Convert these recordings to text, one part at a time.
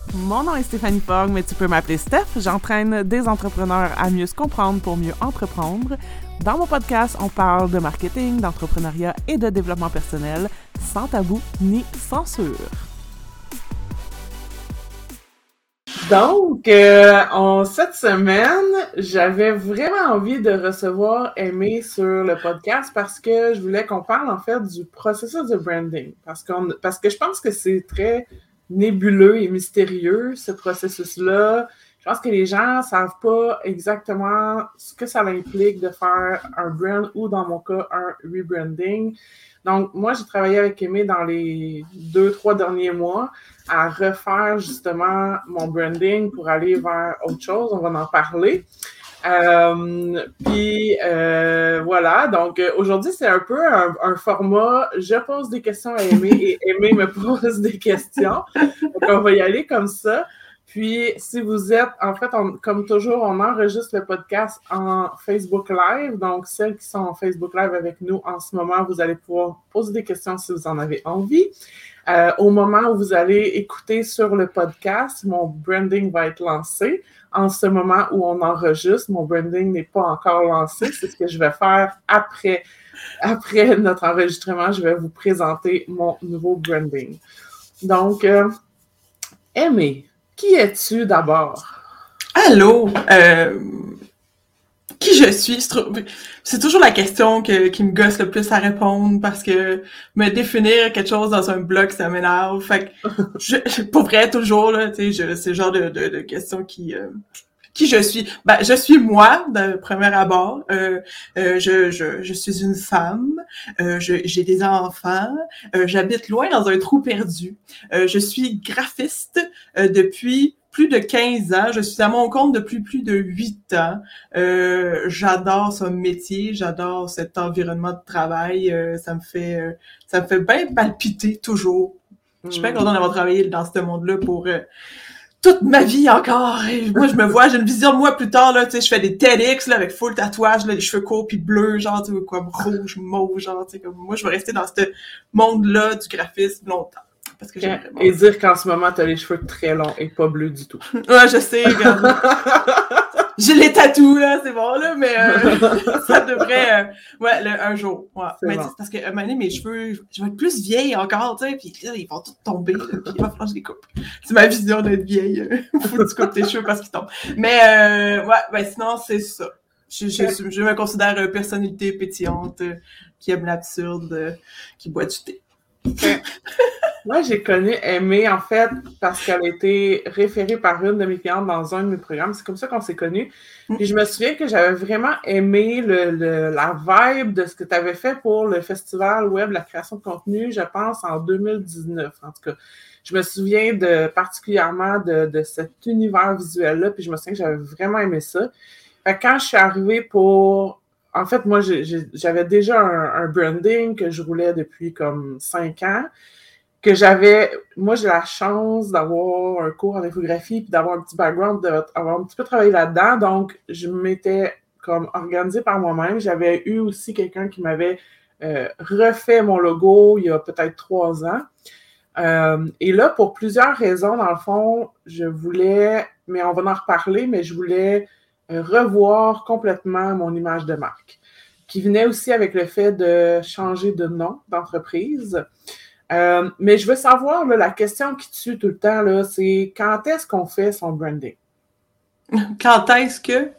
Mon nom est Stéphanie Fogg, mais tu peux m'appeler Steph. J'entraîne des entrepreneurs à mieux se comprendre pour mieux entreprendre. Dans mon podcast, on parle de marketing, d'entrepreneuriat et de développement personnel, sans tabou ni censure. Donc, cette semaine, j'avais vraiment envie de recevoir Aimée sur le podcast parce que je voulais qu'on parle en fait du processus de branding. Parce que je pense que c'est très nébuleux et mystérieux, ce processus-là. Je pense que les gens ne savent pas exactement ce que ça implique de faire un brand ou, dans mon cas, un rebranding. Donc, moi, j'ai travaillé avec Aimée dans les 2-3 derniers mois à refaire justement mon branding pour aller vers autre chose. On va en parler. Voilà, donc aujourd'hui, c'est un peu un format, je pose des questions à Aimée et Aimée me pose des questions. Donc, on va y aller comme ça. Puis, si vous êtes, en fait, comme toujours, on enregistre le podcast en Facebook Live. Donc, celles qui sont en Facebook Live avec nous en ce moment, vous allez pouvoir poser des questions si vous en avez envie. Au moment où vous allez écouter sur le podcast, mon branding va être lancé. En ce moment où on enregistre, mon branding n'est pas encore lancé. C'est ce que je vais faire après notre enregistrement. Je vais vous présenter mon nouveau branding. Donc, Aimée, qui es-tu d'abord? Allô? Qui je suis? C'est toujours la question qui me gosse le plus à répondre parce que me définir quelque chose dans un blog, ça m'énerve. Fait que pour vrai, toujours, là, tu sais, c'est le genre de question qui je suis? Ben, je suis moi, de premier abord. Je suis une femme. J'ai des enfants. J'habite loin dans un trou perdu. Je suis graphiste depuis plus de 15 ans. Je suis à mon compte depuis plus de 8 ans. J'adore ce métier. J'adore cet environnement de travail. Ça me fait bien palpiter toujours. Je suis bien contente d'avoir travaillé dans ce monde-là pour toute ma vie encore. Et moi, je me vois, j'ai une vision de moi plus tard, là, tu sais, je fais des TEDx, là, avec full tatouage, là, les cheveux courts puis bleus, genre, tu sais, quoi, rouge, mauve, genre, tu sais, comme, moi, je veux rester dans ce monde-là du graphisme longtemps. Parce que Et dire qu'en ce moment, t'as les cheveux très longs et pas bleus du tout. Ouais, je sais, regarde. J'ai les tatous, là, c'est bon, là, mais ça devrait... un jour, ouais. Mais bon. Parce que, à un moment donné, mes cheveux, je vais être plus vieille encore, tu sais, puis là, ils vont tous tomber, là, puis il va falloir que je les coupe. C'est ma vision d'être vieille. Faut que tu coupes tes cheveux parce qu'ils tombent. Mais, sinon, c'est ça. Je me considère une personnalité pétillante, qui aime l'absurde, qui boit du thé. Moi, j'ai connu Aimée, en fait, parce qu'elle a été référée par une de mes clientes dans un de mes programmes. C'est comme ça qu'on s'est connus. Puis je me souviens que j'avais vraiment aimé la vibe de ce que tu avais fait pour le festival web, la création de contenu, je pense, en 2019. En tout cas, je me souviens particulièrement de cet univers visuel-là. Puis je me souviens que j'avais vraiment aimé ça. Fait que quand je suis arrivée En fait, moi, j'avais déjà un branding que je roulais depuis comme 5 ans. Moi, j'ai la chance d'avoir un cours en infographie puis d'avoir un petit background, d'avoir un petit peu travaillé là-dedans. Donc, je m'étais comme organisée par moi-même. J'avais eu aussi quelqu'un qui m'avait refait mon logo il y a peut-être 3 ans. Et là, pour plusieurs raisons, dans le fond, mais on va en reparler, mais je voulais revoir complètement mon image de marque, qui venait aussi avec le fait de changer de nom d'entreprise. Mais je veux savoir, là, la question qui tue tout le temps, là, c'est quand est-ce qu'on fait son branding? Quand est-ce que?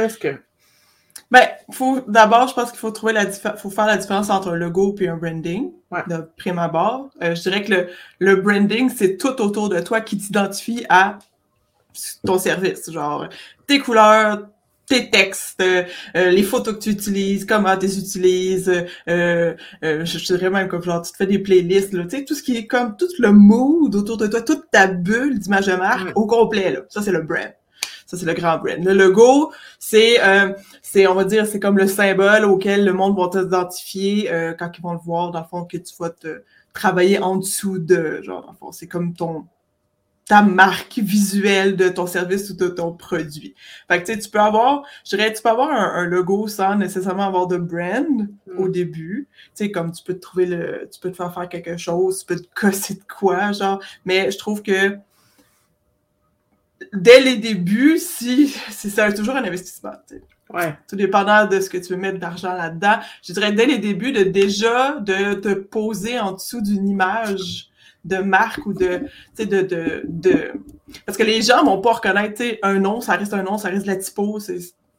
Ben, d'abord, je pense qu'il faut trouver faut faire la différence entre un logo et un branding, de prime abord. Je dirais que le branding, c'est tout autour de toi qui t'identifie à ton service, genre tes couleurs, tes textes, les photos que tu utilises, comment tu les utilises, je dirais même comme genre tu te fais des playlists, là, tu sais, tout ce qui est comme tout le mood autour de toi, toute ta bulle d'image de marque au complet, là. Ça, c'est le brand. Ça, c'est le grand brand. Le logo, on va dire, c'est comme le symbole auquel le monde va t'identifier quand ils vont le voir, dans le fond, que tu vas te travailler en dessous de, genre, dans le fond, c'est comme ta marque visuelle de ton service ou de ton produit. Fait que, tu sais, tu peux avoir un logo sans nécessairement avoir de brand au début. Tu sais, comme tu peux te faire quelque chose, tu peux te casser de quoi, genre. Mais je trouve que dès les débuts, si c'est toujours un investissement, tu sais. Ouais. Tout dépendant de ce que tu veux mettre d'argent là-dedans. Je dirais dès les débuts de te poser en dessous d'une image de marque ou de parce que les gens vont pas reconnaître, tu sais, un nom, ça reste de la typo, fait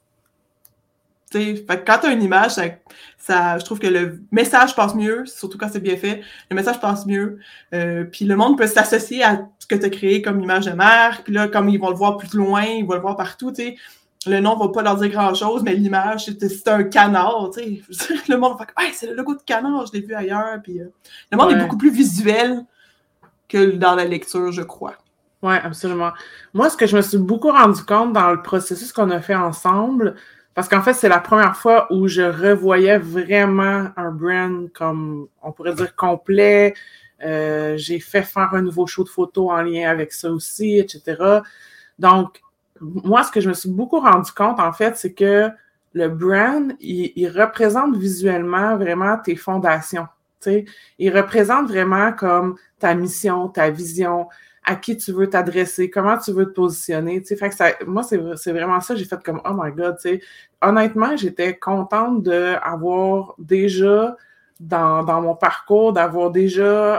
que quand t'as une image, ça, je trouve que le message passe mieux, surtout quand c'est bien fait, le message passe mieux, puis le monde peut s'associer à ce que t'as créé comme image de marque, puis là, comme ils vont le voir plus loin, ils vont le voir partout, tu sais, le nom va pas leur dire grand-chose, mais l'image, c'est un canard, tu sais, le monde va faire « Hey, c'est le logo de canard, je l'ai vu ailleurs », puis le monde est beaucoup plus visuel que dans la lecture, je crois. Oui, absolument. Moi, ce que je me suis beaucoup rendu compte dans le processus qu'on a fait ensemble, parce qu'en fait, c'est la première fois où je revoyais vraiment un brand comme, on pourrait dire, complet. J'ai fait faire un nouveau show de photos en lien avec ça aussi, etc. Donc, moi, ce que je me suis beaucoup rendu compte, en fait, c'est que le brand, il représente visuellement vraiment tes fondations. T'sais. Il représente vraiment comme ta mission, ta vision, à qui tu veux t'adresser, comment tu veux te positionner. Fait que ça, moi, c'est vraiment ça. J'ai fait comme, oh my God, tu sais. Honnêtement, j'étais contente d'avoir déjà, dans mon parcours, d'avoir déjà,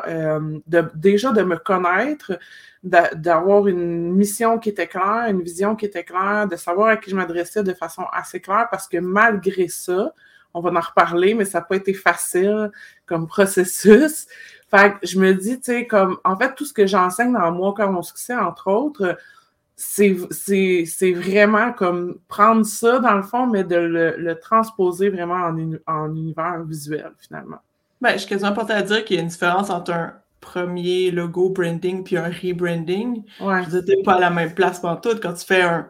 de me connaître, d'avoir une mission qui était claire, une vision qui était claire, de savoir à qui je m'adressais de façon assez claire, parce que malgré ça, on va en reparler, mais ça n'a pas été facile comme processus. Fait que je me dis, tu sais, comme, en fait, tout ce que j'enseigne dans Moi comme mon succès, entre autres, c'est vraiment comme prendre ça, dans le fond, mais de le transposer vraiment en univers visuel, finalement. Ben, je suis quasiment portée à dire qu'il y a une différence entre un premier logo branding puis un rebranding. Ouais. Je veux dire, t'es pas à la même place pantoute. Quand tu fais un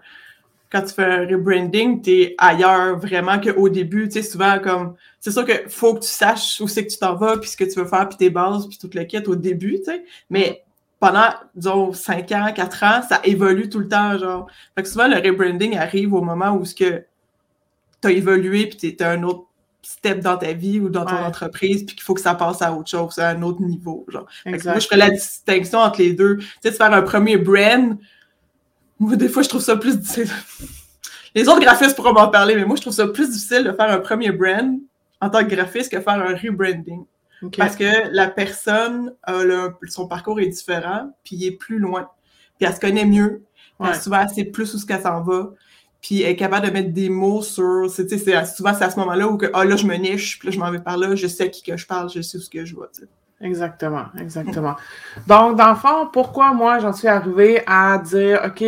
rebranding, t'es ailleurs vraiment qu'au début. Tu sais, souvent, comme, c'est sûr que faut que tu saches où c'est que tu t'en vas, puis ce que tu veux faire, puis tes bases, puis tout le kit au début, tu sais. Mais pendant, disons, 5 ans, 4 ans, ça évolue tout le temps, genre. Fait que souvent, le rebranding arrive au moment où ce que t'as évolué, puis t'as un autre step dans ta vie ou dans ton entreprise, puis qu'il faut que ça passe à autre chose, à un autre niveau, genre. Fait que moi, je ferais la distinction entre les deux. Tu sais, de faire un premier brand, moi, des fois, je trouve ça plus difficile. Les autres graphistes pourront m'en parler, mais moi, je trouve ça plus difficile de faire un premier brand en tant que graphiste que faire un rebranding. Okay. Parce que la personne, son parcours est différent, puis il est plus loin. Puis elle se connaît mieux. Puis souvent, elle sait plus où elle s'en va. Puis elle est capable de mettre des mots sur... souvent, c'est à ce moment-là où là, je me niche, puis là, je m'en vais par là, je sais à qui que je parle, je sais où ce que je vais, tu sais. Exactement. Donc, dans le fond, pourquoi moi, j'en suis arrivée à dire, OK,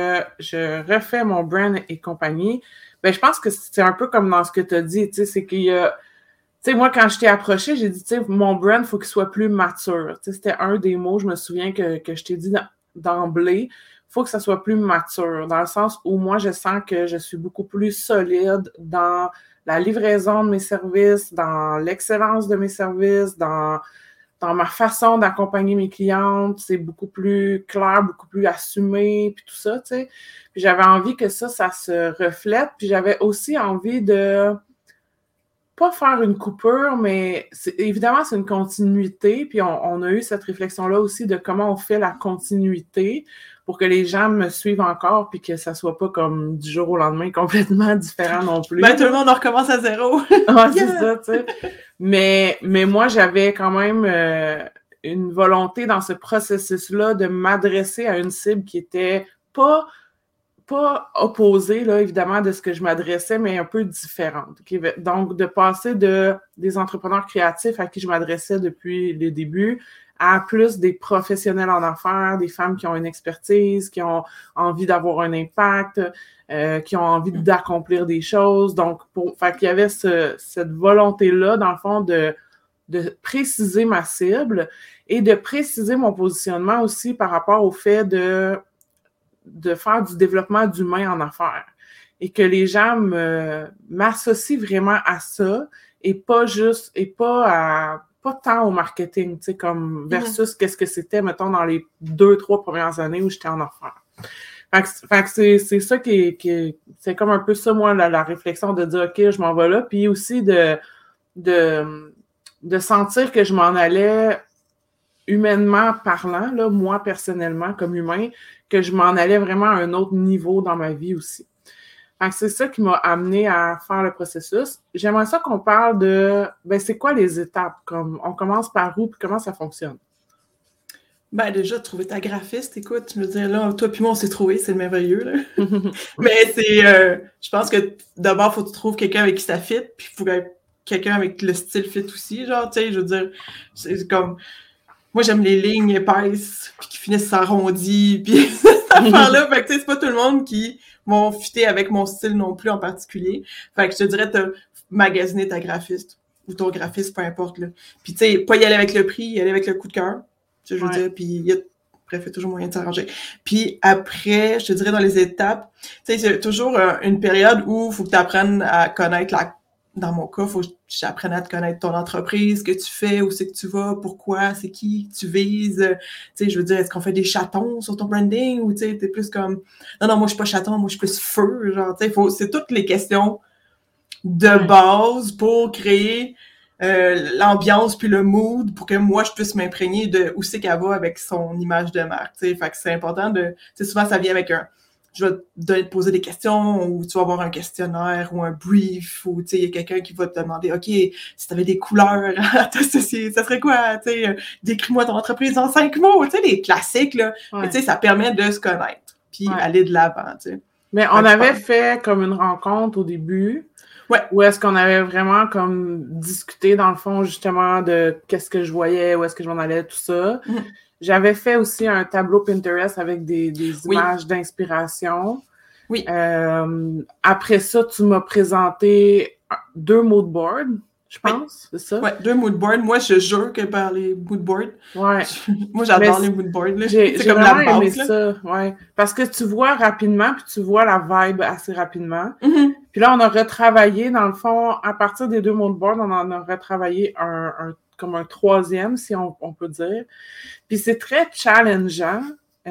je refais mon brand et compagnie, ben je pense que c'est un peu comme dans ce que tu as dit, tu sais, c'est qu'il y a... Tu sais, moi, quand je t'ai approché, j'ai dit, tu sais, mon brand, il faut qu'il soit plus mature. Tu sais, c'était un des mots, je me souviens, que je t'ai dit d'emblée. Il faut que ça soit plus mature, dans le sens où moi, je sens que je suis beaucoup plus solide dans la livraison de mes services, dans l'excellence de mes services, dans ma façon d'accompagner mes clientes. C'est beaucoup plus clair, beaucoup plus assumé, puis tout ça, tu sais. Puis j'avais envie que ça se reflète, puis j'avais aussi envie de pas faire une coupure, mais évidemment, c'est une continuité, puis on a eu cette réflexion-là aussi de comment on fait la continuité pour que les gens me suivent encore, puis que ça soit pas comme du jour au lendemain complètement différent non plus. Ben, tout le monde en recommence à zéro. Ah, c'est ça, tu sais. Mais moi, j'avais quand même une volonté dans ce processus-là de m'adresser à une cible qui était pas opposée, là, évidemment, de ce que je m'adressais, mais un peu différente. Okay? Donc, de passer des entrepreneurs créatifs à qui je m'adressais depuis le début à plus des professionnels en affaires, des femmes qui ont une expertise, qui ont envie d'avoir un impact, qui ont envie d'accomplir des choses. Donc, fait qu'il y avait cette volonté-là, dans le fond, de préciser ma cible et de préciser mon positionnement aussi par rapport au fait de faire du développement d'humain en affaires et que les gens m'associent vraiment à ça et pas tant au marketing, tu sais, comme versus qu'est-ce que c'était, mettons, dans les 2-3 premières années où j'étais en affaires. Fait que c'est ça c'est comme un peu ça, moi, la réflexion de dire, OK, je m'en vais là, puis aussi de sentir que je m'en allais humainement parlant, là, moi, personnellement, comme humain, que je m'en allais vraiment à un autre niveau dans ma vie aussi. Fait que c'est ça qui m'a amené à faire le processus. J'aimerais ça qu'on parle de, c'est quoi les étapes? Comme, on commence par où, puis comment ça fonctionne? Ben déjà, trouver ta graphiste, écoute, je veux dire, là, toi puis moi, on s'est trouvés, c'est merveilleux, là. Mais je pense que d'abord, faut que tu trouves quelqu'un avec qui ça fit, puis il faut que quelqu'un avec le style fit aussi, genre, tu sais, je veux dire, c'est comme, moi, j'aime les lignes épaisses, puis qui finissent arrondies, puis cette affaire-là, fait que, tu sais, c'est pas tout le monde qui vont fitter avec mon style non plus en particulier. Fait que je te dirais, t'as magasiner ta graphiste, ou ton graphiste, peu importe, là. Puis, tu sais, pas y aller avec le prix, y aller avec le coup de cœur. Tu sais, je veux dire, puis bref, il y a toujours moyen de s'arranger. Puis après, je te dirais dans les étapes, tu sais, c'est toujours une période où il faut que tu apprennes à connaître dans mon cas, il faut que j'apprenne à te connaître ton entreprise, ce que tu fais, où c'est que tu vas, pourquoi, c'est qui tu vises. Tu sais, je veux dire, est-ce qu'on fait des chatons sur ton branding ou tu sais, t'es plus comme, non, moi je suis pas chaton, moi je suis plus feu, genre, tu sais, c'est toutes les questions de base pour créer l'ambiance puis le mood pour que moi je puisse m'imprégner de où c'est qu'elle va avec son image de marque, tu sais. Fait que c'est important tu sais, souvent ça vient avec je vais te poser des questions ou tu vas avoir un questionnaire ou un brief ou tu sais il y a quelqu'un qui va te demander OK, si tu avais des couleurs à t'associer, ça serait quoi, tu sais, décris-moi ton entreprise en 5 mots, tu sais, les classiques là. Mais tu sais, ça permet de se connaître puis aller de l'avant, tu sais. Mais on avait fait comme une rencontre au début. Ouais. Où est-ce qu'on avait vraiment comme discuté dans le fond justement de qu'est-ce que je voyais, où est-ce que je m'en allais, tout ça. J'avais fait aussi un tableau Pinterest avec des images d'inspiration. Oui. Après ça, tu m'as présenté 2 mood boards, je pense, c'est ça? Ouais, 2 mood boards. Moi, je jure que par les mood boards. Ouais. Moi, j'adore les mood boards. C'est comme la base. Aimé ça, ouais. Parce que tu vois rapidement, puis tu vois la vibe assez rapidement. Puis là, on a retravaillé, dans le fond, à partir des 2 mood boards, on en a retravaillé comme un 3e, si on peut dire. Puis c'est très challengeant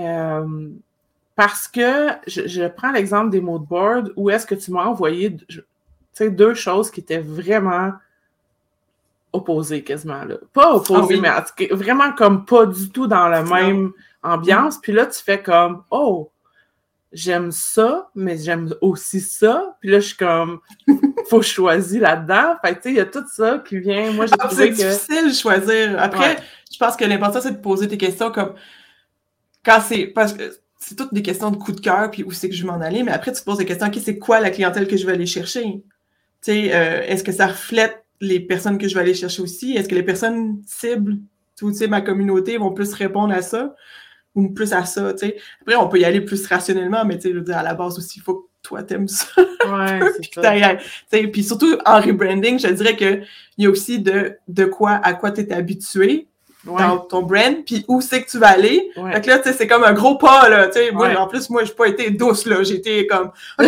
parce que je prends l'exemple des mood boards où est-ce que tu m'as envoyé, tu sais, 2 choses qui étaient vraiment opposées quasiment, là. Pas opposées, mais vraiment comme pas du tout dans la même ambiance. Puis là, tu fais comme, oh, j'aime ça, mais j'aime aussi ça. Puis là, je suis comme, faut que je choisisse là-dedans. Fait que, tu sais, il y a tout ça qui vient. Moi, j'ai trouvé que... C'est difficile de choisir. Après, je pense que l'important, c'est de poser tes questions comme... Parce que c'est toutes des questions de coup de cœur, puis où c'est que je vais m'en aller. Mais après, tu te poses des questions. OK, c'est quoi la clientèle que je vais aller chercher? Tu sais, est-ce que ça reflète les personnes que je vais aller chercher aussi? Est-ce que les personnes cibles, tu sais, ma communauté vont plus répondre à ça? Ou plus à ça, tu sais. Après, on peut y aller plus rationnellement, mais tu sais, je veux dire, à la base aussi, il faut que toi, t'aimes ça. Ouais, c'est ça. Puis surtout, en rebranding, je dirais qu'il y a aussi à quoi t'es habitué dans ton brand, puis où c'est que tu vas aller. Fait que là, tu sais, c'est comme un gros pas, là, tu sais. Moi, en plus, moi, j'ai pas été douce, là. J'ai été comme, OK,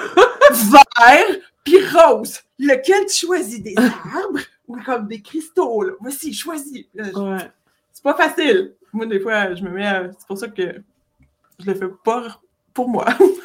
vert, puis rose. Lequel tu choisis? Des arbres ou comme des cristaux, là? Voici, choisis. C'est pas facile. Moi, des fois, je me mets à... C'est pour ça que je le fais pas pour moi.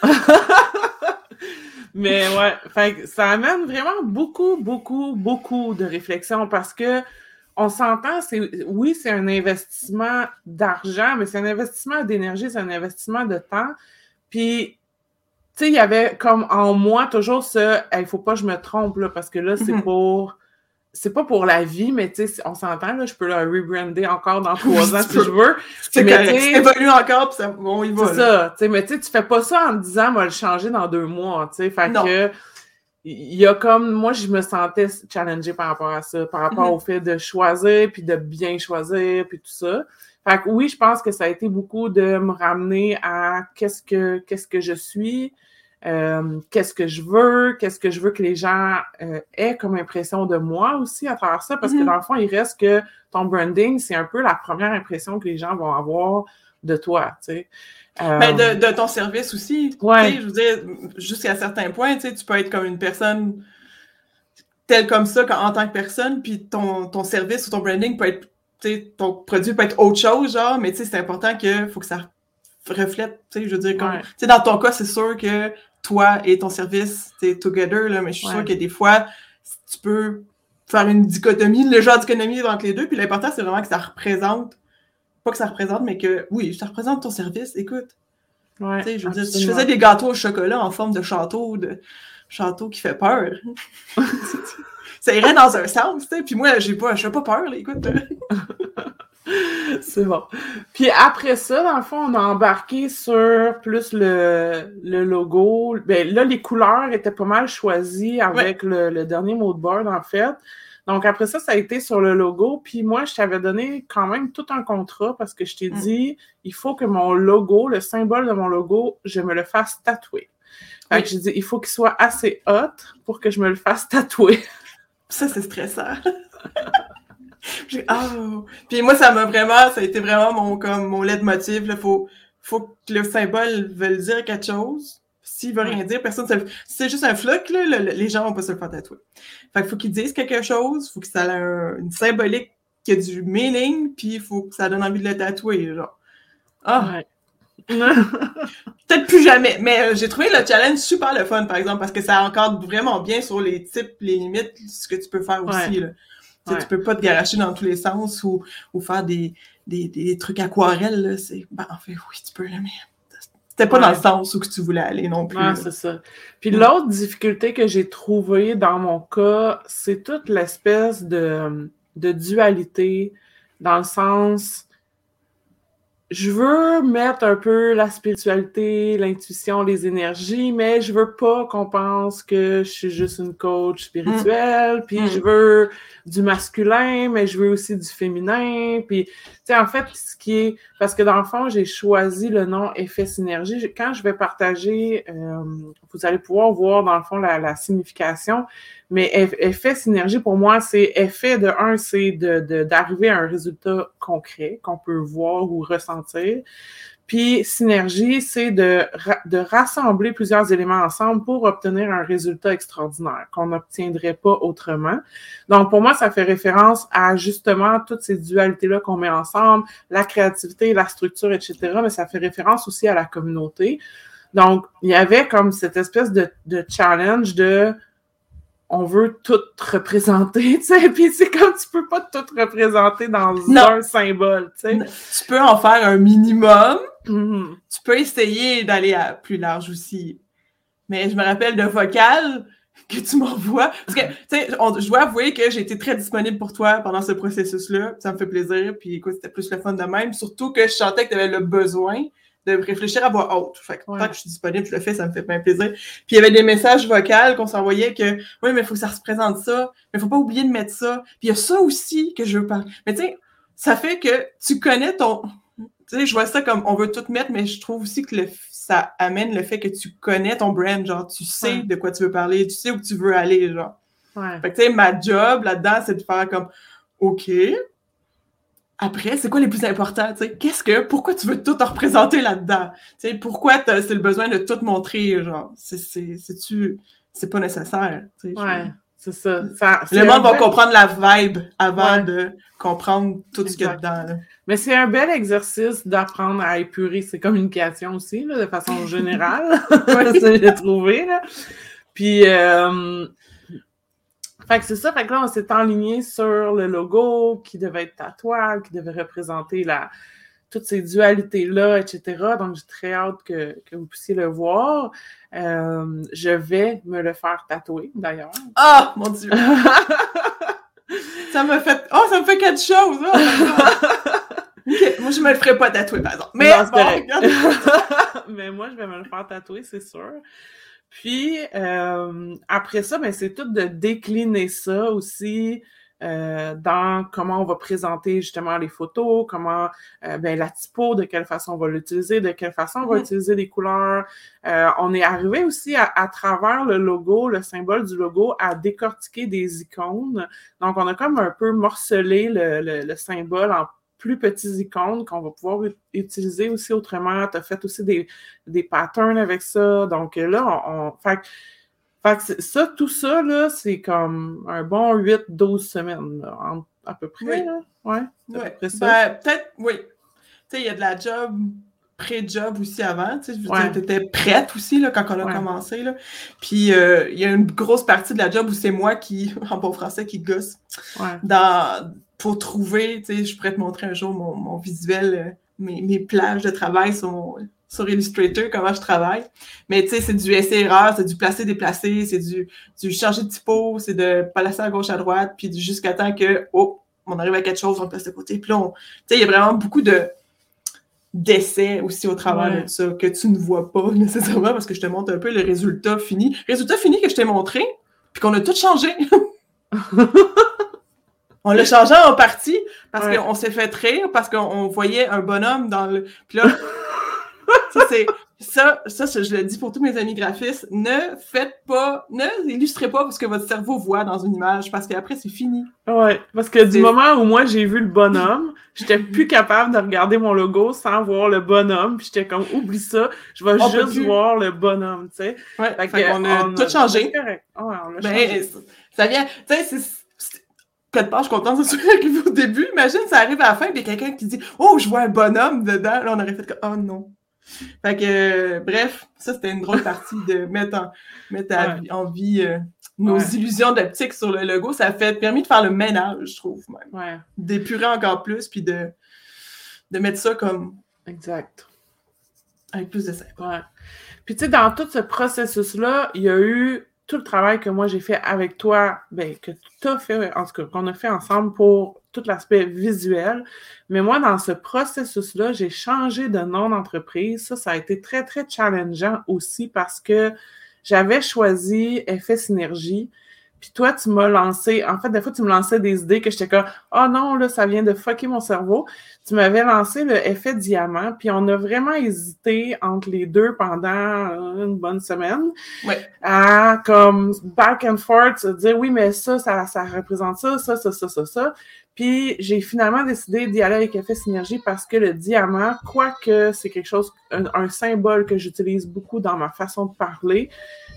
Mais ouais, fait, ça amène vraiment beaucoup, beaucoup, beaucoup de réflexion parce que on s'entend, c'est un investissement d'argent, mais c'est un investissement d'énergie, c'est un investissement de temps. Puis, tu sais, il y avait comme en moi toujours ce « il faut pas que je me trompe, là, parce que là, c'est pas pour la vie, mais tu sais, on s'entend, là, je peux le rebrander encore dans 3 ans si je veux. C'est correct, ça évolue encore, puis on y va. C'est ça, tu sais, mais tu fais pas ça en te disant, moi, le changer dans 2 mois, tu sais, fait que, il y a comme, moi, je me sentais challengée par rapport à ça, par rapport au fait de choisir, puis de bien choisir, puis tout ça. Fait que oui, je pense que ça a été beaucoup de me ramener à qu'est-ce que je suis, qu'est-ce que je veux que les gens aient comme impression de moi aussi à travers ça, parce que dans le fond, il reste que ton branding, c'est un peu la première impression que les gens vont avoir de toi, tu sais. De ton service aussi. Tu sais, je veux dire, jusqu'à certains points, tu sais, tu peux être comme une personne telle comme ça en tant que personne, puis ton service ou ton branding peut être, tu sais, ton produit peut être autre chose, genre, mais tu sais, c'est important qu'il faut que ça reflète, tu sais, je veux dire, comme, tu sais, dans ton cas, c'est sûr que toi et ton service, c'est together, là, mais je suis sûre que des fois, tu peux faire une dichotomie, le genre dichotomie entre les deux, puis l'important, c'est vraiment que ça représente pas que ça représente, mais que, oui, ça représente ton service, écoute. Ouais, tu sais, je veux dire, si je faisais des gâteaux au chocolat en forme de château qui fait peur, ça irait dans un sens, tu sais, puis moi, je fais pas peur, là, écoute. C'est bon. Puis après ça, dans le fond, on a embarqué sur plus le logo. Ben là, les couleurs étaient pas mal choisies avec le dernier mood board, en fait. Donc après ça, ça a été sur le logo. Puis moi, je t'avais donné quand même tout un contrat parce que je t'ai dit, il faut que mon logo, le symbole de mon logo, je me le fasse tatouer. Fait que j'ai dit, il faut qu'il soit assez hot pour que je me le fasse tatouer. Ça, c'est stressant. Puis moi, ça a été vraiment mon leitmotiv. Il faut que le symbole veuille dire quelque chose. S'il veut rien dire, personne si c'est juste un floc, là, les gens vont pas se le faire tatouer. Fait qu'il faut qu'ils disent quelque chose, il faut que ça ait une symbolique qui a du meaning, puis il faut que ça donne envie de le tatouer, genre. Peut-être plus jamais, mais j'ai trouvé le challenge super le fun, par exemple, parce que ça encadre vraiment bien sur les types, les limites, ce que tu peux faire aussi, là. Tu peux pas te garocher dans tous les sens ou faire des trucs aquarelles, là. En fait, oui, tu peux, là, mais c'était pas dans le sens où que tu voulais aller non plus. Ouais, c'est ça. Puis l'autre difficulté que j'ai trouvée dans mon cas, c'est toute l'espèce de dualité, dans le sens... Je veux mettre un peu la spiritualité, l'intuition, les énergies, mais je veux pas qu'on pense que je suis juste une coach spirituelle, puis je veux du masculin, mais je veux aussi du féminin, puis, tu sais, en fait, parce que dans le fond, j'ai choisi le nom Effet Synergie. Quand je vais partager, vous allez pouvoir voir, dans le fond, la signification, mais effet synergie, pour moi, c'est effet c'est d'arriver à un résultat concret qu'on peut voir ou ressentir. Puis synergie, c'est de rassembler plusieurs éléments ensemble pour obtenir un résultat extraordinaire qu'on n'obtiendrait pas autrement. Donc, pour moi, ça fait référence à justement toutes ces dualités-là qu'on met ensemble, la créativité, la structure, etc., mais ça fait référence aussi à la communauté. Donc, il y avait comme cette espèce de challenge on veut tout représenter, tu sais, puis c'est comme tu peux pas tout représenter dans un symbole, tu sais. Tu peux en faire un minimum, tu peux essayer d'aller à plus large aussi. Mais je me rappelle d'un vocal que tu m'envoies, parce que, tu sais, je dois avouer que j'ai été très disponible pour toi pendant ce processus-là, ça me fait plaisir, puis écoute, c'était plus le fun de même, surtout que je sentais que tu avais le besoin de réfléchir à voix haute. Fait que tant que je suis disponible, je le fais, ça me fait bien plaisir. Puis il y avait des messages vocaux qu'on s'envoyait que oui, mais il faut que ça représente ça, mais il faut pas oublier de mettre ça. Puis il y a ça aussi que je veux parler. Mais tu sais, ça fait que tu connais ton... Tu sais, je vois ça comme on veut tout mettre, mais je trouve aussi que ça amène le fait que tu connais ton brand, genre tu sais de quoi tu veux parler, tu sais où tu veux aller, genre. Fait que tu sais, ma job là-dedans, c'est de faire comme OK. Après, c'est quoi les plus importants, tu sais? Pourquoi tu veux tout te représenter là-dedans? Tu sais, pourquoi c'est le besoin de tout montrer, genre? C'est pas nécessaire, tu sais. C'est ça. Le monde va comprendre la vibe avant de comprendre tout ce qu'il y a dedans, là. Mais c'est un bel exercice d'apprendre à épurer ses communications aussi, là, de façon générale. J'ai trouvé, là. Puis, fait que c'est ça, fait que là, on s'est enligné sur le logo qui devait être tatouable, qui devait représenter toutes ces dualités-là, etc. Donc, j'ai très hâte que vous puissiez le voir. Je vais me le faire tatouer, d'ailleurs. Ah, mon Dieu! Ça me fait quelque chose! Okay. Moi, je me le ferai pas tatouer, par exemple. Mais mais moi, je vais me le faire tatouer, c'est sûr. Puis, après ça, ben, c'est tout de décliner ça aussi dans comment on va présenter justement les photos, comment la typo, de quelle façon on va l'utiliser, de quelle façon on va utiliser les couleurs. On est arrivé aussi à travers le logo, le symbole du logo, à décortiquer des icônes. Donc, on a comme un peu morcelé le symbole en plus petites icônes qu'on va pouvoir utiliser aussi autrement. Tu as fait aussi des patterns avec ça. Donc là, fait que ça, tout ça, là, c'est comme un bon 8-12 semaines, là, à peu près. Oui. Là. Ouais, à peu près ça. Ben, peut-être, oui. Tu sais, il y a de la job, pré-job aussi avant. Tu sais, je veux dire, t'étais prête aussi, là, quand on a commencé, là. Puis, il y a une grosse partie de la job où c'est moi qui, en bon français, qui gosse pour trouver, tu sais, je pourrais te montrer un jour mon visuel, mes plages de travail sur Illustrator, comment je travaille. Mais tu sais, c'est du essai-erreur, c'est du placer-déplacer, c'est du changer de typo, c'est de placer à gauche, à droite, puis jusqu'à temps que, on arrive à quelque chose, on le place de côté. Puis là, tu sais, il y a vraiment beaucoup d'essais aussi au travers de ça, que tu ne vois pas nécessairement, parce que je te montre un peu le résultat fini. Résultat fini que je t'ai montré, puis qu'on a tout changé. On l'a changé en partie, parce qu'on s'est fait rire, parce qu'on voyait un bonhomme dans le... Puis là... Ça, je le dis pour tous mes amis graphistes, ne illustrez pas ce que votre cerveau voit dans une image, parce qu'après, c'est fini. Ouais, parce que du moment où moi, j'ai vu le bonhomme, j'étais plus capable de regarder mon logo sans voir le bonhomme, puis j'étais comme, oublie ça, je vais juste voir le bonhomme, tu sais. Ouais, on a tout changé. Ouais, on l'a changé. Ça vient, tu sais, c'est quelque part, je suis contente de ce qui arrive au début. Imagine, ça arrive à la fin, puis il y a quelqu'un qui dit « Oh, je vois un bonhomme dedans! » Là, on aurait fait comme « Oh non! » Fait que, bref, ça, c'était une drôle partie de mettre en vie nos illusions d'optique sur le logo. Ça a permis de faire le ménage, je trouve, même. Ouais. D'épurer encore plus, puis de mettre ça comme... Exact. Avec plus de simple. Ouais. Puis, tu sais, dans tout ce processus-là, il y a eu tout le travail que moi j'ai fait avec toi, que tu as fait, en tout cas, qu'on a fait ensemble pour tout l'aspect visuel. Mais moi, dans ce processus-là, j'ai changé de nom d'entreprise. Ça a été très, très challengeant aussi parce que j'avais choisi Effet Synergie. Puis toi, tu m'as lancé... En fait, des fois, tu me lançais des idées que j'étais comme « Oh non, là, ça vient de fucker mon cerveau. » Tu m'avais lancé le Effet Diamant, puis on a vraiment hésité entre les deux pendant une bonne semaine. Ouais. À, comme, back and forth, dire « Oui, mais ça représente ça. » Puis j'ai finalement décidé d'y aller avec Effet Synergie parce que le diamant, quoique c'est quelque chose, un symbole que j'utilise beaucoup dans ma façon de parler,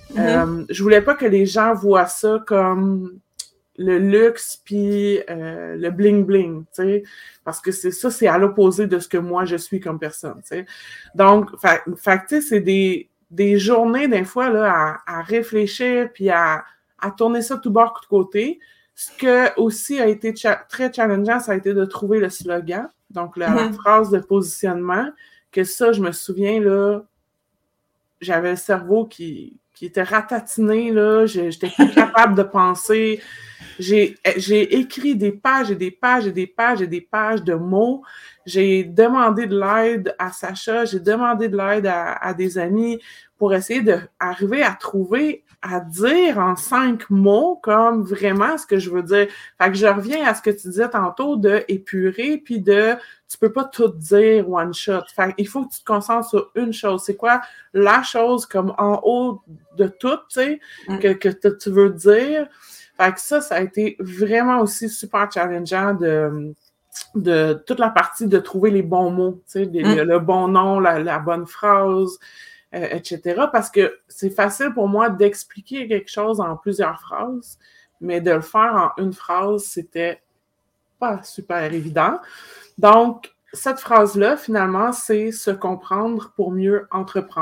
je voulais pas que les gens voient ça comme le luxe puis le bling-bling, tu sais, parce que c'est à l'opposé de ce que moi je suis comme personne, tu sais. Donc, fait tu sais, c'est des journées, des fois, là, à réfléchir puis à tourner ça tout bord, tout côté. Ce que aussi a été très challengeant, ça a été de trouver le slogan, donc la phrase de positionnement, que ça, je me souviens, là, j'avais le cerveau qui était ratatiné, là, j'étais plus capable de penser. J'ai écrit des pages et des pages et des pages et des pages de mots. J'ai demandé de l'aide à Sacha, j'ai demandé de l'aide à des amis pour essayer d'arriver à dire en 5 mots comme vraiment ce que je veux dire. Fait que je reviens à ce que tu disais tantôt de épurer puis tu peux pas tout dire one shot. Fait qu'il faut que tu te concentres sur une chose. C'est quoi la chose comme en haut de tout, tu sais, que tu veux dire. Fait que ça a été vraiment aussi super challengeant de toute la partie de trouver les bons mots, tu sais, le bon nom, la bonne phrase, etc. Parce que c'est facile pour moi d'expliquer quelque chose en plusieurs phrases, mais de le faire en une phrase, c'était pas super évident. Donc, cette phrase-là, finalement, c'est « se comprendre pour mieux entreprendre ».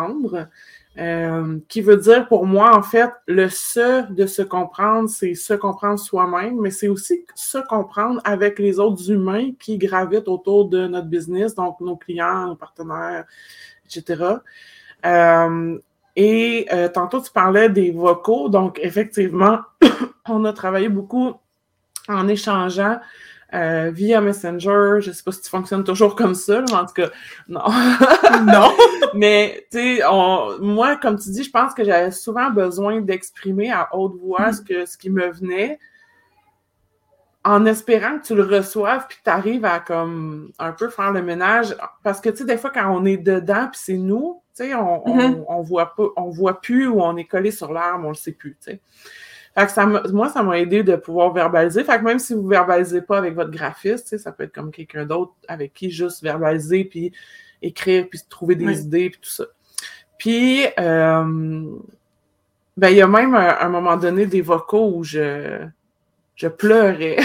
Qui veut dire pour moi, en fait, le « se » de se comprendre, c'est se comprendre soi-même, mais c'est aussi se comprendre avec les autres humains qui gravitent autour de notre business, donc nos clients, nos partenaires, etc. Tantôt, tu parlais des vocaux, donc effectivement, on a travaillé beaucoup en échangeant via Messenger. Je sais pas si tu fonctionnes toujours comme ça, là, mais en tout cas, non. Non! Mais, tu sais, moi, comme tu dis, je pense que j'avais souvent besoin d'exprimer à haute voix ce qui me venait, en espérant que tu le reçoives puis que tu arrives à, comme, un peu faire le ménage. Parce que, tu sais, des fois, quand on est dedans puis c'est nous, tu sais, on voit pas, on voit plus ou on est collé sur l'arbre, on le sait plus, tu sais. Fait que moi, ça m'a aidé de pouvoir verbaliser. Fait que même si vous verbalisez pas avec votre graphiste, tu sais, ça peut être comme quelqu'un d'autre avec qui juste verbaliser, puis écrire, puis trouver des idées, puis tout ça. Puis, il y a même un moment donné des vocaux où je pleurais.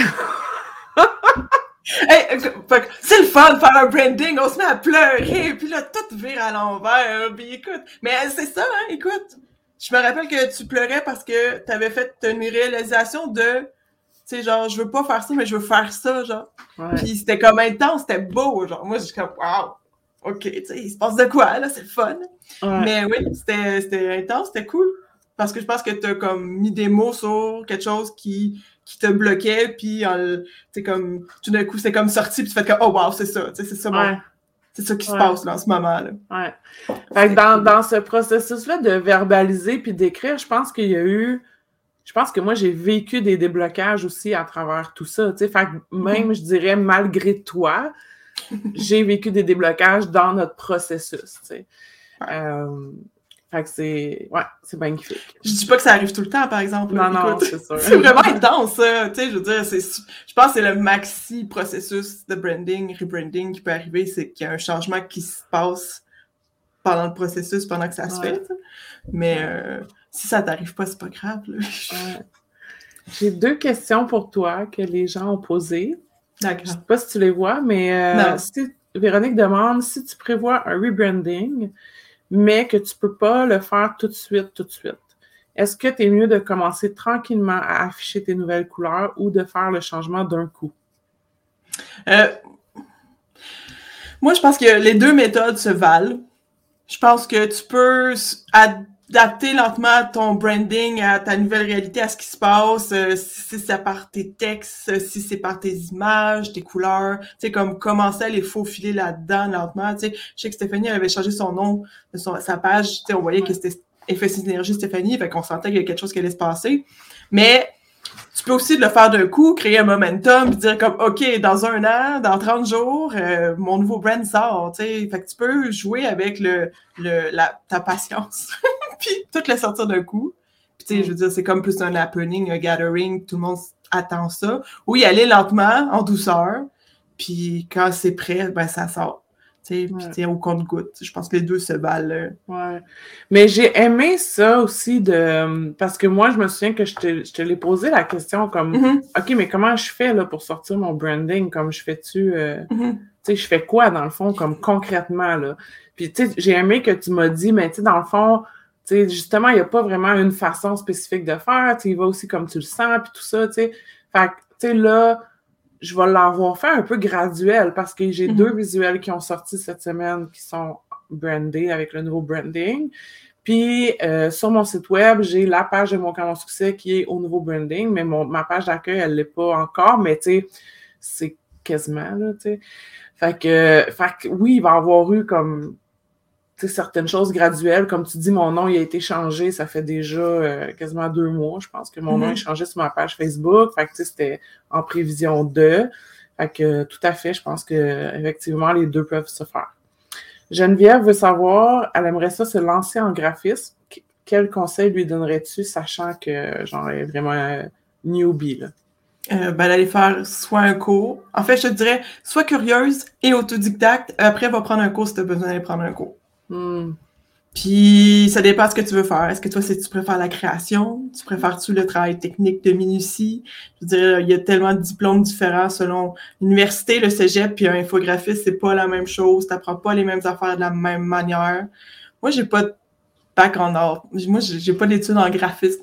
Hey, c'est le fun de faire un branding, on se met à pleurer, puis là, tout vire à l'envers, puis écoute. Mais c'est ça, hein, écoute. Je me rappelle que tu pleurais parce que tu avais fait une réalisation de, tu Tu sais, genre, je veux pas faire ça, mais je veux faire ça, genre. Ouais. Puis c'était comme intense, c'était beau, genre. Moi, j'étais comme, wow, OK, tu sais, il se passe de quoi, là, c'est le fun. Ouais. Mais oui, c'était intense, c'était cool. Parce que je pense que t'as comme mis des mots sur quelque chose qui te bloquait, puis tu comme, tout d'un coup, c'est comme sorti, puis tu fais comme, oh wow, c'est ça, tu sais, c'est ça, c'est ça qui se passe là, en ce moment, là. Ouais. Fait que dans ce processus-là de verbaliser puis d'écrire, je pense que moi, j'ai vécu des déblocages aussi à travers tout ça, tu sais. Fait que même, je dirais, malgré toi, j'ai vécu des déblocages dans notre processus, tu sais. Fait que c'est magnifique. Je dis pas que ça arrive tout le temps, par exemple. Non, non, c'est sûr. C'est vraiment intense, ça. Tu sais, je veux dire, je pense que c'est le maxi processus de branding, rebranding qui peut arriver, c'est qu'il y a un changement qui se passe pendant le processus, pendant que ça se fait. Mais si ça t'arrive pas, c'est pas grave. Là. J'ai 2 questions pour toi que les gens ont posées. D'accord. Je sais pas si tu les vois, mais Véronique demande si tu prévois un rebranding, mais que tu peux pas le faire tout de suite. Est-ce que tu es mieux de commencer tranquillement à afficher tes nouvelles couleurs ou de faire le changement d'un coup? Moi, je pense que les 2 méthodes se valent. Je pense que tu peux adapter lentement ton branding à ta nouvelle réalité, à ce qui se passe, si c'est par tes textes, si c'est par tes images, tes couleurs, tu sais, comme commencer à les faufiler là-dedans lentement, tu sais. Je sais que Stéphanie, elle avait changé son nom de sa page, tu sais, on voyait que c'était Effet Synergie Stéphanie, fait qu'on sentait qu'il y avait quelque chose qui allait se passer. Mais tu peux aussi le faire d'un coup, créer un momentum, puis dire comme, OK, dans 1 an, dans 30 jours, mon nouveau brand sort, tu sais. Fait que tu peux jouer avec ta patience, puis tout le sortir d'un coup. Puis tu sais, je veux dire, c'est comme plus un happening, un gathering, tout le monde attend ça. Ou y aller lentement, en douceur, puis quand c'est prêt, ben ça sort. Puis au compte-goutte. Je pense que les 2 se valent. Ouais. Mais j'ai aimé ça aussi parce que moi, je me souviens que je te l'ai posé la question comme OK, mais comment je fais là, pour sortir mon branding? Comme je fais-tu tu sais, je fais quoi dans le fond, comme concrètement là? Puis tu sais, j'ai aimé que tu m'as dit, mais tu sais, dans le fond, tu sais, justement, il n'y a pas vraiment une façon spécifique de faire. Tu sais, il va aussi comme tu le sens, puis tout ça, tu sais. Fait que, tu sais, là, je vais l'avoir fait un peu graduel parce que j'ai 2 visuels qui ont sorti cette semaine qui sont brandés avec le nouveau branding. Puis, sur mon site web, j'ai la page de Mon Canon Succès qui est au nouveau branding, mais ma page d'accueil, elle l'est pas encore, mais tu sais, c'est quasiment, là, tu sais. Fait que oui, il va y avoir eu comme certaines choses graduelles. Comme tu dis, mon nom il a été changé, ça fait déjà quasiment 2 mois, je pense que mon nom est changé sur ma page Facebook. Fait que c'était en prévision de. Fait que tout à fait, je pense que effectivement les 2 peuvent se faire. Geneviève veut savoir, elle aimerait ça se lancer en graphisme. Quel conseil lui donnerais-tu, sachant que genre elle est vraiment newbie, là? D'aller faire soit un cours. En fait, je te dirais, sois curieuse et autodidacte. Après, va prendre un cours si tu as besoin d'aller prendre un cours. Puis, ça dépend de ce que tu veux faire. Est-ce que toi, tu préfères la création? Tu préfères-tu le travail technique de minutie? Je veux dire, il y a tellement de diplômes différents selon l'université, le cégep, puis un infographiste, c'est pas la même chose. T'apprends pas les mêmes affaires de la même manière. Moi, j'ai pas de bac en art. Moi, j'ai pas d'études en graphisme.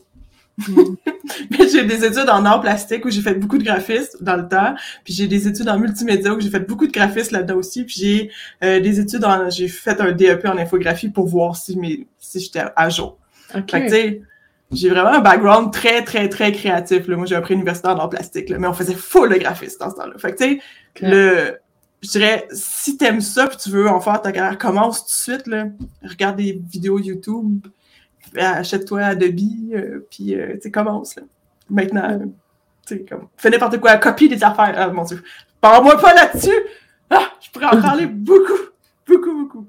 Mais j'ai des études en art plastique où j'ai fait beaucoup de graphisme dans le temps, puis j'ai des études en multimédia où j'ai fait beaucoup de graphisme là-dedans aussi, puis j'ai des études j'ai fait un DEP en infographie pour voir si j'étais à jour. Okay. Fait que tu sais, j'ai vraiment un background très très très créatif là. Moi j'ai un pré-universitaire en art plastique là, mais on faisait full de graphisme dans ce temps-là. Fait que tu sais, je dirais, si t'aimes ça puis tu veux en faire ta carrière, commence tout de suite là, regarde des vidéos YouTube. Achète-toi Adobe, puis tu sais, commence, là. Maintenant, tu sais, comme, fais n'importe quoi, copie des affaires. Ah, mon Dieu. Parle-moi pas là-dessus! Ah, je pourrais en parler beaucoup, beaucoup, beaucoup.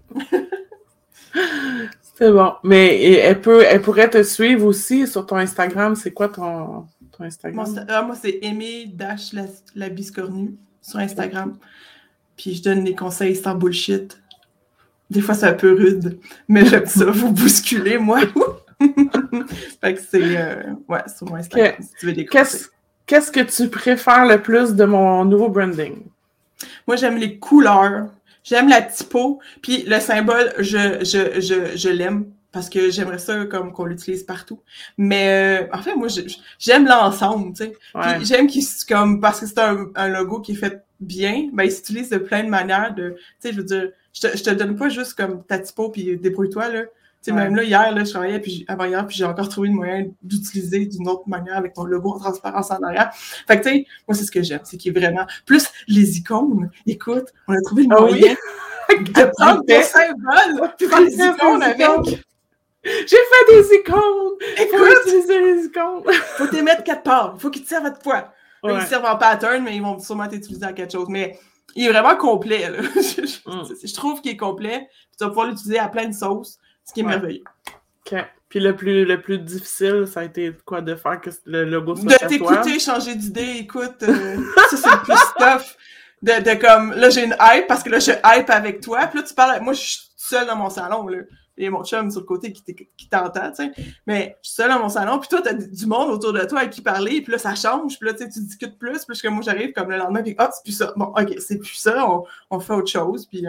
C'est bon. Mais elle pourrait te suivre aussi sur ton Instagram. C'est quoi ton Instagram? Moi, c'est Aimée-la biscornue sur Instagram. Puis je donne des conseils sans bullshit. Des fois, c'est un peu rude, mais j'aime ça, vous bousculer, moi. Fait que c'est, sur mon Instagram, si tu veux des conseils. Qu'est-ce que tu préfères le plus de mon nouveau branding? Moi, j'aime les couleurs, j'aime la typo, puis le symbole, je l'aime. parce que j'aimerais ça comme qu'on l'utilise partout. Mais en fait, moi, j'aime l'ensemble, tu sais. Ouais. Puis j'aime qu'il comme parce que c'est un logo qui est fait bien, ben il s'utilise de plein de manières de, tu sais, je veux dire, je te donne pas juste comme ta typo puis débrouille-toi là. Tu sais, même là, hier, là, je travaillais, puis avant-hier, puis j'ai encore trouvé le moyen d'utiliser d'une autre manière avec mon logo en transparence en arrière. Fait que, tu sais, moi, c'est ce que j'aime, c'est qu'il est vraiment... Plus les icônes, écoute, on a trouvé le moyen de prendre des symboles, puis faire des icônes avec... J'ai fait des icônes! Écoute! Faut utiliser les icônes! Faut t'y mettre 4 parts, faut qu'ils te servent à de quoi. Ils servent en pattern, mais ils vont sûrement t'utiliser à quelque chose. Mais il est vraiment complet, là. Je trouve qu'il est complet, puis tu vas pouvoir l'utiliser à plein de sauces. Ce qui est merveilleux. OK. Puis le plus difficile, ça a été quoi de faire que le logo soit de t'écouter, changer d'idée, écoute, ça c'est le plus tough. De comme, là j'ai une hype, parce que là je hype avec toi, puis là tu parles, moi je suis seule dans mon salon, là. Il y a mon chum sur le côté qui t'entend, tu sais. Mais je suis seule dans mon salon, puis toi t'as du monde autour de toi avec qui parler, puis là ça change, puis là tu discutes plus, puis que moi j'arrive comme le lendemain, puis c'est plus ça. Bon, OK, c'est plus ça, on fait autre chose, puis...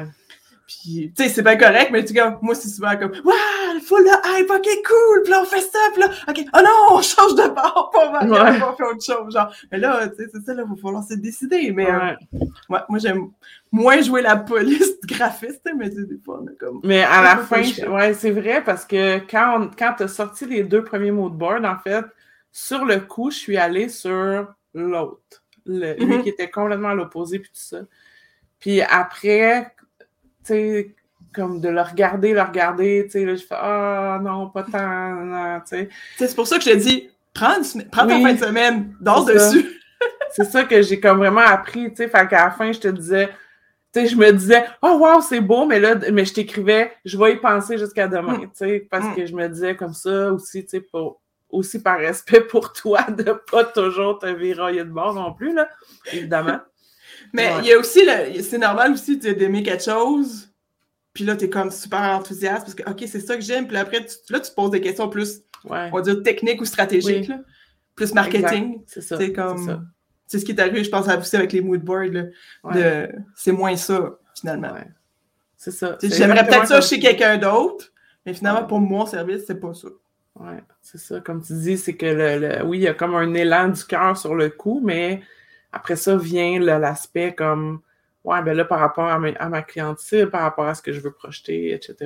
Puis, tu sais, c'est pas correct, mais tu sais, moi, c'est souvent comme, waouh, full de hype, ok, cool, puis là, on fait ça, puis là, ok, oh non, on change de bord, on va faire autre chose, genre. Mais là, tu sais, c'est ça, là, il va falloir se décider, mais moi, j'aime moins jouer la police graphiste, mais tu sais, des fois, on a comme... Mais à la fin, c'est vrai, parce que quand t'as sorti les 2 premiers mots de board, en fait, sur le coup, je suis allée sur l'autre, lui qui était complètement à l'opposé, puis tout ça. Puis après... tu sais, comme de le regarder, tu sais, là, je fais « Ah, non, pas tant, tu sais. » C'est pour ça que je te dis, prends ta fin de semaine, dors dessus. C'est ça que j'ai comme vraiment appris, tu sais, fait qu'à la fin, je te disais, tu sais, je me disais « Oh, wow, c'est beau », mais je t'écrivais « Je vais y penser jusqu'à demain », tu sais, parce que je me disais comme ça aussi, tu sais, aussi par respect pour toi, de pas toujours te virailler de bord non plus, là, évidemment. Mais il y a aussi, c'est normal aussi d'aimer quelque chose, puis là, t'es comme super enthousiaste, parce que, OK, c'est ça que j'aime, puis après, tu te poses des questions plus, on va dire, techniques ou stratégiques, là, plus marketing. Exact. C'est ça. C'est comme, c'est ce qui est arrivé, je pense, aussi avec les moodboards, là, c'est moins ça, finalement. Ouais. C'est ça. J'aimerais peut-être ça chez quelqu'un d'autre, mais finalement, pour mon service, c'est pas ça. Ouais, c'est ça. Comme tu dis, c'est que, oui, il y a comme un élan du cœur sur le coup, mais... Après ça vient l'aspect comme, ouais, ben là, par rapport à ma clientèle, par rapport à ce que je veux projeter, etc.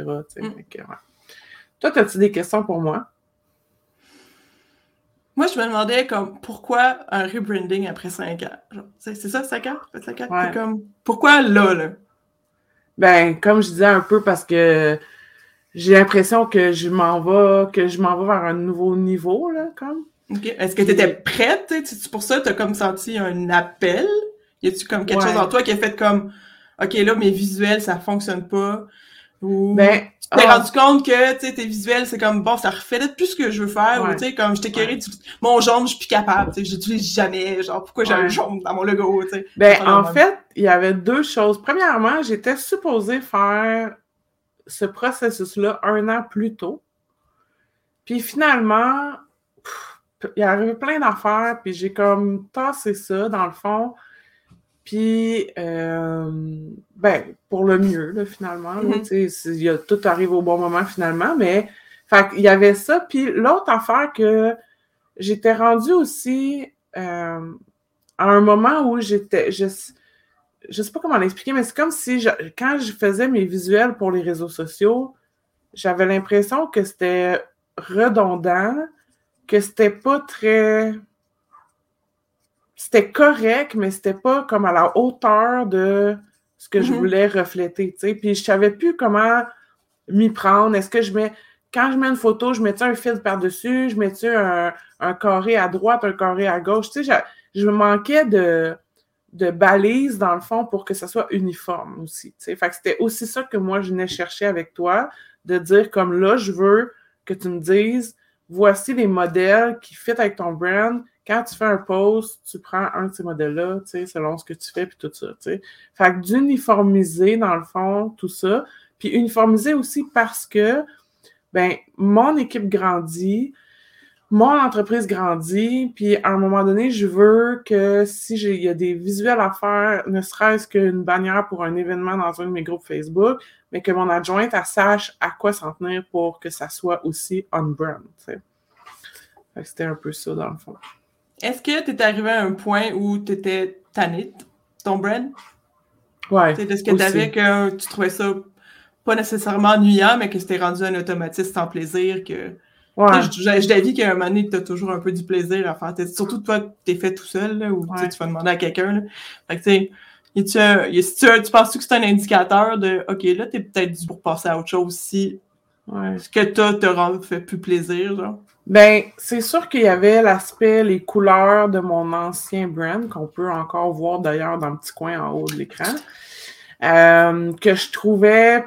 Toi, as-tu des questions pour moi? Moi, je me demandais, comme, pourquoi un rebranding après 5 ans? Genre, c'est ça, 5 ans? 5 ans? Ouais. C'est comme, pourquoi là? Ben, comme je disais un peu, parce que j'ai l'impression que je m'en vais vers un nouveau niveau, là, comme. OK. Est-ce que tu étais prête? C'est pour ça que tu as comme senti un appel? Y a-tu comme quelque chose en toi qui a fait comme OK, là, mes visuels, ça fonctionne pas? Ou tu t'es rendu compte que tes visuels, c'est comme bon, ça reflète plus ce que je veux faire, ou tu sais, comme je t'ai carré mon jaune, je suis plus capable, tu sais, j'utilise jamais, genre pourquoi j'ai un jaune dans mon logo, tu sais. Ben, en fait, il y avait 2 choses. Premièrement, j'étais supposée faire ce processus-là 1 an plus tôt. Puis finalement, il y arrivé plein d'affaires, puis j'ai comme tassé ça, dans le fond. Puis, ben, pour le mieux, là, finalement. Tout arrive au bon moment, finalement. Mais, fait qu'il y avait ça. Puis l'autre affaire que j'étais rendue aussi à un moment où j'étais... Je sais pas comment l'expliquer, mais c'est comme si, quand je faisais mes visuels pour les réseaux sociaux, j'avais l'impression que c'était redondant, que c'était pas très... C'était correct, mais c'était pas comme à la hauteur de ce que je voulais refléter, tu sais. Puis je savais plus comment m'y prendre. Est-ce que quand je mets une photo, je mets-tu un fil par-dessus, je mets-tu un carré à droite, un carré à gauche, tu sais, je me manquais de balises, dans le fond, pour que ça soit uniforme aussi, tu sais. Fait que c'était aussi ça que moi, je venais chercher avec toi, de dire comme là, je veux que tu me dises, voici les modèles qui fit avec ton brand. Quand tu fais un post, tu prends un de ces modèles-là, tu sais, selon ce que tu fais, puis tout ça, tu sais. Fait que d'uniformiser, dans le fond, tout ça. Puis uniformiser aussi parce que, ben, mon équipe grandit. mon entreprise grandit, puis à un moment donné, je veux que il y a des visuels à faire, ne serait-ce qu'une bannière pour un événement dans un de mes groupes Facebook, mais que mon adjointe, elle sache à quoi s'en tenir pour que ça soit aussi on-brand, tu sais. Fait que c'était un peu ça, dans le fond. Est-ce que tu es arrivé à un point où tu étais tannée de ton brand? Ouais. Est-ce que tu avais que tu trouvais ça pas nécessairement ennuyant, mais que c'était rendu un automatisme sans plaisir, que... Ouais. J'ai d'avis qu'à un moment donné, tu as toujours un peu du plaisir à faire. Surtout toi, tu es fait tout seul, là, ou tu vas demander à quelqu'un. Là. Fait que, tu sais, tu penses-tu que c'est un indicateur de OK, là, tu es peut-être dû pour passer à autre chose si ce que te fait plus plaisir, genre? Ben, c'est sûr qu'il y avait l'aspect, les couleurs de mon ancien brand, qu'on peut encore voir d'ailleurs dans le petit coin en haut de l'écran, que je trouvais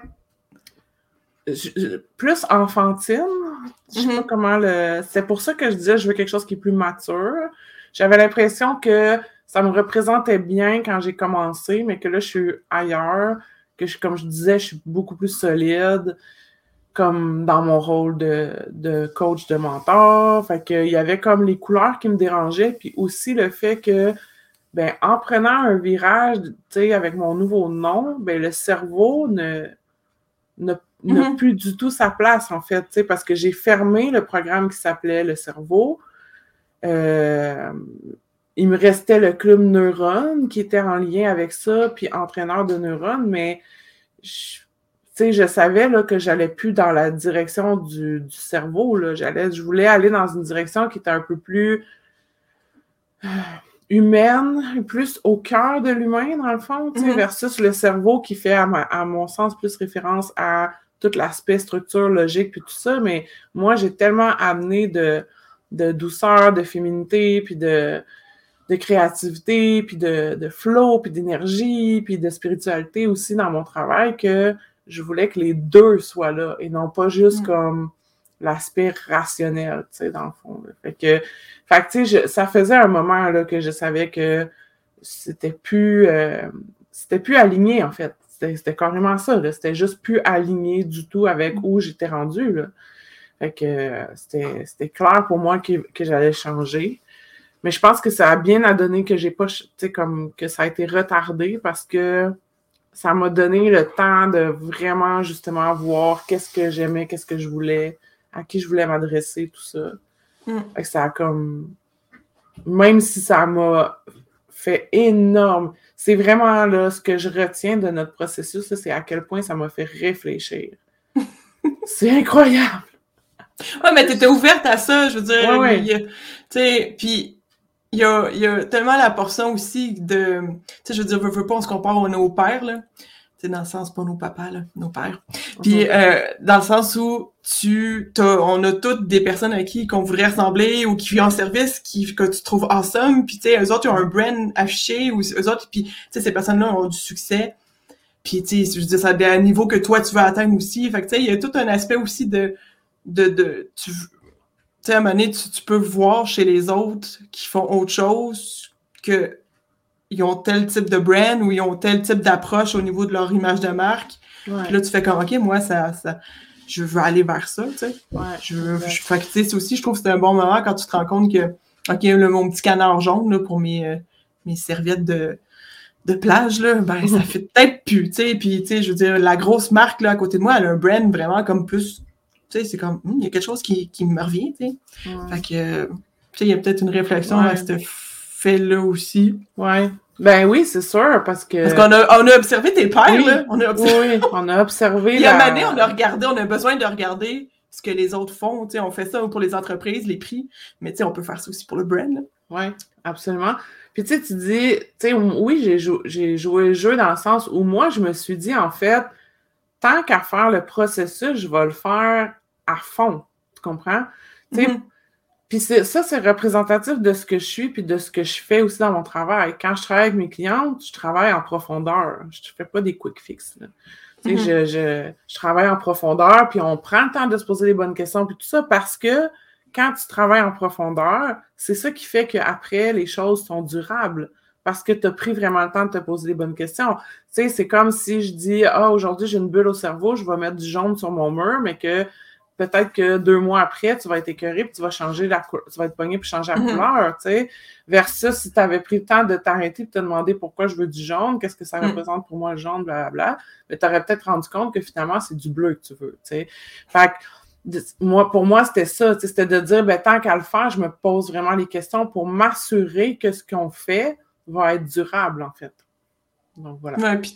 plus enfantine. Je sais pas comment c'est pour ça que je disais je veux quelque chose qui est plus mature. J'avais l'impression que ça me représentait bien quand j'ai commencé, mais que là, je suis ailleurs, comme je disais, je suis beaucoup plus solide, comme dans mon rôle de coach, de mentor. Fait qu'il y avait comme les couleurs qui me dérangeaient, puis aussi le fait que, ben, en prenant un virage, tu sais, avec mon nouveau nom, ben, le cerveau n'a plus du tout sa place, en fait, tu sais, parce que j'ai fermé le programme qui s'appelait Le Cerveau. Il me restait le club Neurones qui était en lien avec ça, puis entraîneur de neurones, mais je savais là, que j'allais plus dans la direction du cerveau. Là. Je voulais aller dans une direction qui était un peu plus humaine, plus au cœur de l'humain, dans le fond, versus le cerveau qui fait, à mon sens, plus référence à tout l'aspect structure, logique, puis tout ça. Mais moi, j'ai tellement amené de douceur, de féminité, puis de créativité, puis de flow, puis d'énergie, puis de spiritualité aussi dans mon travail, que je voulais que les deux soient là, et non pas juste comme l'aspect rationnel, tu sais, dans le fond. Là. Fait que tu sais, ça faisait un moment là, que je savais que c'était plus aligné, en fait. C'était carrément ça, là. C'était juste plus aligné du tout avec où j'étais rendue, là. Fait que c'était clair pour moi que j'allais changer. Mais je pense que ça a bien à donner que j'ai pas, tu sais, comme que ça a été retardé parce que ça m'a donné le temps de vraiment, justement, voir qu'est-ce que j'aimais, qu'est-ce que je voulais, à qui je voulais m'adresser, tout ça. Fait que ça a comme... Même si ça m'a fait énorme, c'est vraiment là ce que je retiens de notre processus, là, c'est à quel point ça m'a fait réfléchir. C'est incroyable! Ouais, mais t'étais ouverte à ça, je veux dire. Ouais. Tu sais, puis il y a tellement la portion aussi de... Tu sais, je veux dire, veux pas, on se compare à nos pères, là. Tu sais, dans le sens, pas nos papas, là, nos pères. Puis dans le sens où on a toutes des personnes à qui qu'on voudrait ressembler ou qui vivent en service, que tu trouves awesome, puis tu sais, eux autres, ils ont un brand affiché, ou eux autres, puis tu sais, ces personnes-là ont du succès. Puis tu sais, je veux dire, ça a un niveau que toi, tu veux atteindre aussi. Fait que tu sais, il y a tout un aspect aussi tu sais, à un moment donné, tu peux voir chez les autres qui font autre chose, que ils ont tel type de brand ou ils ont tel type d'approche au niveau de leur image de marque. Ouais. Puis là, tu fais comme, OK, moi, je veux aller vers ça, tu sais. Ouais, fait que, tu sais, c'est aussi, je trouve que c'est un bon moment quand tu te rends compte que, OK, là, mon petit canard jaune, là, pour mes serviettes de plage, là, ben, ça fait peut-être plus, tu sais. Puis, tu sais, je veux dire, la grosse marque, là, à côté de moi, elle a un brand vraiment comme plus... Tu sais, c'est comme, il y a quelque chose qui me revient, tu sais. Fait que, tu sais, il y a peut-être une réflexion à ce fait-là aussi. Ouais. Ben oui, c'est sûr, parce que... Parce qu'on a observé tes pères, là. On a observé il y a une année, on a besoin de regarder ce que les autres font, tu sais. On fait ça pour les entreprises, les prix, mais tu sais, on peut faire ça aussi pour le brand, là. Oui, absolument. Puis tu sais, tu dis, tu sais, oui, j'ai joué le jeu dans le sens où moi, je me suis dit, en fait, tant qu'à faire le processus, je vais le faire à fond. Tu comprends? Tu sais, puis c'est représentatif de ce que je suis puis de ce que je fais aussi dans mon travail. Quand je travaille avec mes clientes, je travaille en profondeur. Je ne fais pas des quick fix. Là. Tu sais, je travaille en profondeur, puis on prend le temps de se poser les bonnes questions, puis tout ça, parce que quand tu travailles en profondeur, c'est ça qui fait qu'après, les choses sont durables. Parce que tu as pris vraiment le temps de te poser les bonnes questions. Tu sais, c'est comme si je dis, aujourd'hui, j'ai une bulle au cerveau, je vais mettre du jaune sur mon mur, mais que peut-être que 2 mois après, tu vas être écœuré puis tu vas changer tu vas être pogné puis changer la couleur, tu sais. Versus si tu avais pris le temps de t'arrêter et de te demander pourquoi je veux du jaune, qu'est-ce que ça représente pour moi le jaune, blablabla, mais tu aurais peut-être rendu compte que finalement, c'est du bleu que tu veux, tu sais. Fait que, pour moi, c'était ça, c'était de dire, tant qu'à le faire, je me pose vraiment les questions pour m'assurer que ce qu'on fait va être durable, en fait. Donc, voilà. Ouais, puis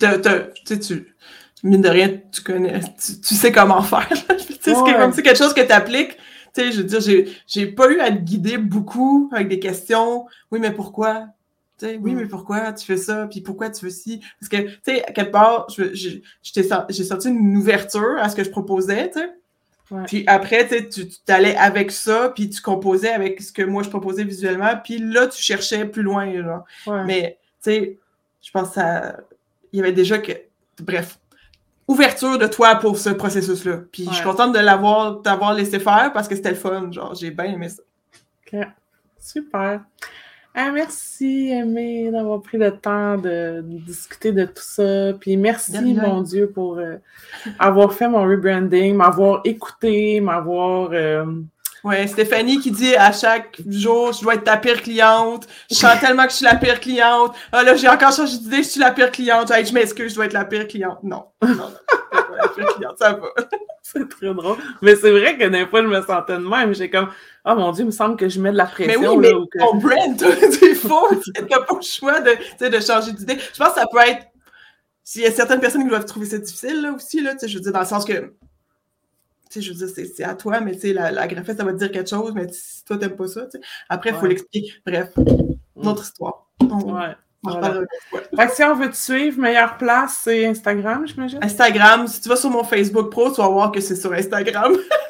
mine de rien, tu sais comment faire. C'est comme c'est quelque chose que tu appliques. Tu sais, je veux dire, j'ai pas eu à te guider beaucoup avec des questions. Oui, mais pourquoi? Tu sais, oui, mais pourquoi tu fais ça? Puis pourquoi tu veux ci? Parce que, tu sais, à quelque part, j'ai sorti une ouverture à ce que je proposais, tu sais. Ouais. Puis après, tu t'allais avec ça, puis tu composais avec ce que moi je proposais visuellement, puis là, tu cherchais plus loin, genre. Ouais. Mais, tu sais, je pense que il y avait déjà que... Bref, ouverture de toi pour ce processus-là. Puis je suis contente de t'avoir laissé faire parce que c'était le fun. Genre, j'ai bien aimé ça. OK. Super. Merci, Aimée, d'avoir pris le temps de discuter de tout ça. Puis merci, mon Dieu, pour avoir fait mon rebranding, m'avoir écouté, m'avoir... Ouais, Stéphanie qui dit à chaque jour, je dois être ta pire cliente. Je sens tellement que je suis la pire cliente. Ah là, j'ai encore changé d'idée, je suis la pire cliente. Hey, je m'excuse, je dois être la pire cliente. Non, la pire cliente, ça va. C'est très drôle. Mais c'est vrai que des fois, je me sentais de même. J'ai comme, oh mon Dieu, il me semble que je mets de la pression. Mais oui, mais ton brand, il faut, t'as pas le choix de changer d'idée. Je pense que ça peut être, s'il y a certaines personnes qui doivent trouver ça difficile, là, aussi, là, je veux dire, dans le sens que, tu sais, je veux dire, c'est à toi, mais tu sais, la graphiste, ça va te dire quelque chose, mais si toi, t'aimes pas ça, tu sais. Après, il faut l'expliquer. Bref, notre histoire. Voilà. Fait que si on veut te suivre, meilleure place, c'est Instagram, j'imagine? Instagram. Si tu vas sur mon Facebook Pro, tu vas voir que c'est sur Instagram.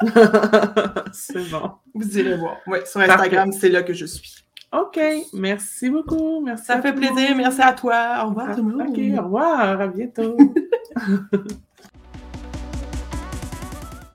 C'est bon. Vous irez voir. Oui, sur Instagram, c'est là que je suis. OK. Merci beaucoup. Merci. Ça fait plaisir. Merci à toi. Au revoir tout le monde. OK, au revoir. À bientôt.